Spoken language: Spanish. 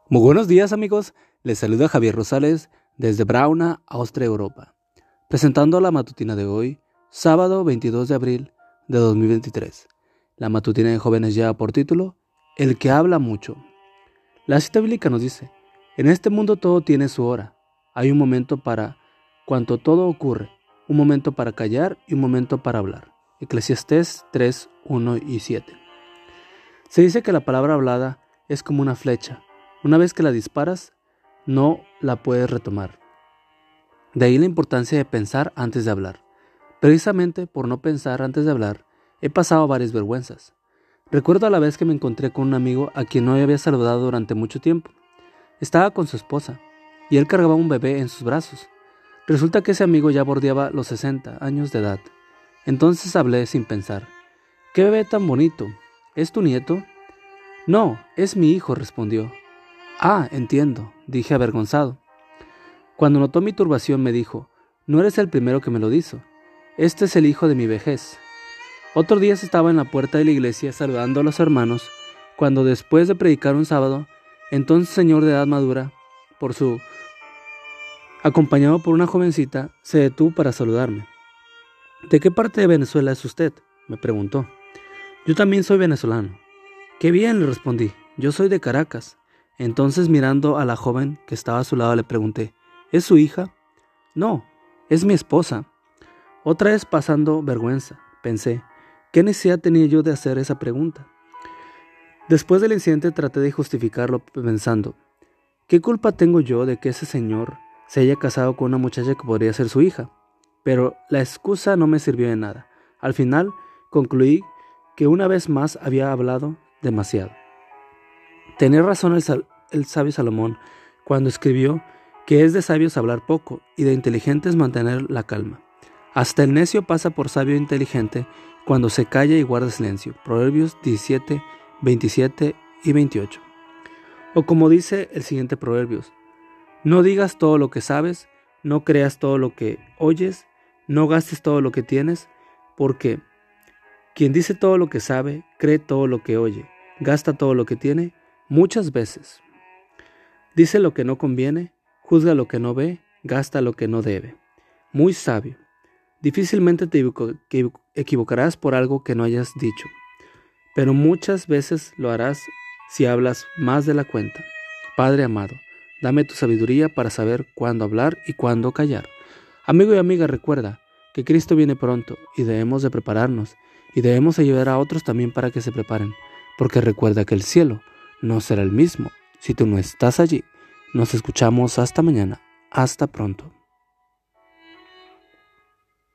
Muy buenos días amigos, les saluda Javier Rosales desde Brauna, Austria, Europa, presentando la matutina de hoy, sábado 22 de abril de 2023. La matutina de jóvenes lleva por título, El que habla mucho. La cita bíblica nos dice, en este mundo todo tiene su hora, hay un momento para cuanto todo ocurre, un momento para callar y un momento para hablar. Eclesiastés 3, 1 y 7. Se dice que la palabra hablada es como una flecha. Una vez que la disparas, no la puedes retomar. De ahí la importancia de pensar antes de hablar. Precisamente por no pensar antes de hablar, he pasado varias vergüenzas. Recuerdo a la vez que me encontré con un amigo a quien no había saludado durante mucho tiempo. Estaba con su esposa, y él cargaba un bebé en sus brazos. Resulta que ese amigo ya bordeaba los 60 años de edad. Entonces hablé sin pensar. ¿Qué bebé tan bonito? ¿Es tu nieto? No, es mi hijo, respondió. Ah, entiendo, dije avergonzado. Cuando notó mi turbación me dijo, no eres el primero que me lo dice. Este es el hijo de mi vejez. Otro día estaba en la puerta de la iglesia saludando a los hermanos, cuando después de predicar un sábado, entonces señor de edad madura, acompañado por una jovencita, se detuvo para saludarme. ¿De qué parte de Venezuela es usted?, me preguntó. Yo también soy venezolano. Qué bien, le respondí, yo soy de Caracas. Entonces mirando a la joven que estaba a su lado le pregunté, ¿es su hija? No, es mi esposa. Otra vez pasando vergüenza, pensé, ¿qué necesidad tenía yo de hacer esa pregunta? Después del incidente traté de justificarlo pensando, ¿qué culpa tengo yo de que ese señor se haya casado con una muchacha que podría ser su hija? Pero la excusa no me sirvió de nada. Al final concluí que una vez más había hablado demasiado. Tenía razón el sabio Salomón cuando escribió que es de sabios hablar poco y de inteligentes mantener la calma. Hasta el necio pasa por sabio e inteligente cuando se calla y guarda silencio. Proverbios 17, 27 y 28. O como dice el siguiente Proverbios, no digas todo lo que sabes, no creas todo lo que oyes, no gastes todo lo que tienes, porque quien dice todo lo que sabe, cree todo lo que oye, gasta todo lo que tiene, muchas veces. Dice lo que no conviene, juzga lo que no ve, gasta lo que no debe. Muy sabio. Difícilmente te equivocarás por algo que no hayas dicho, pero muchas veces lo harás si hablas más de la cuenta. Padre amado, dame tu sabiduría para saber cuándo hablar y cuándo callar. Amigo y amiga, recuerda que Cristo viene pronto y debemos de prepararnos y debemos ayudar a otros también para que se preparen, porque recuerda que el cielo no será el mismo si tú no estás allí. Nos escuchamos hasta mañana. Hasta pronto.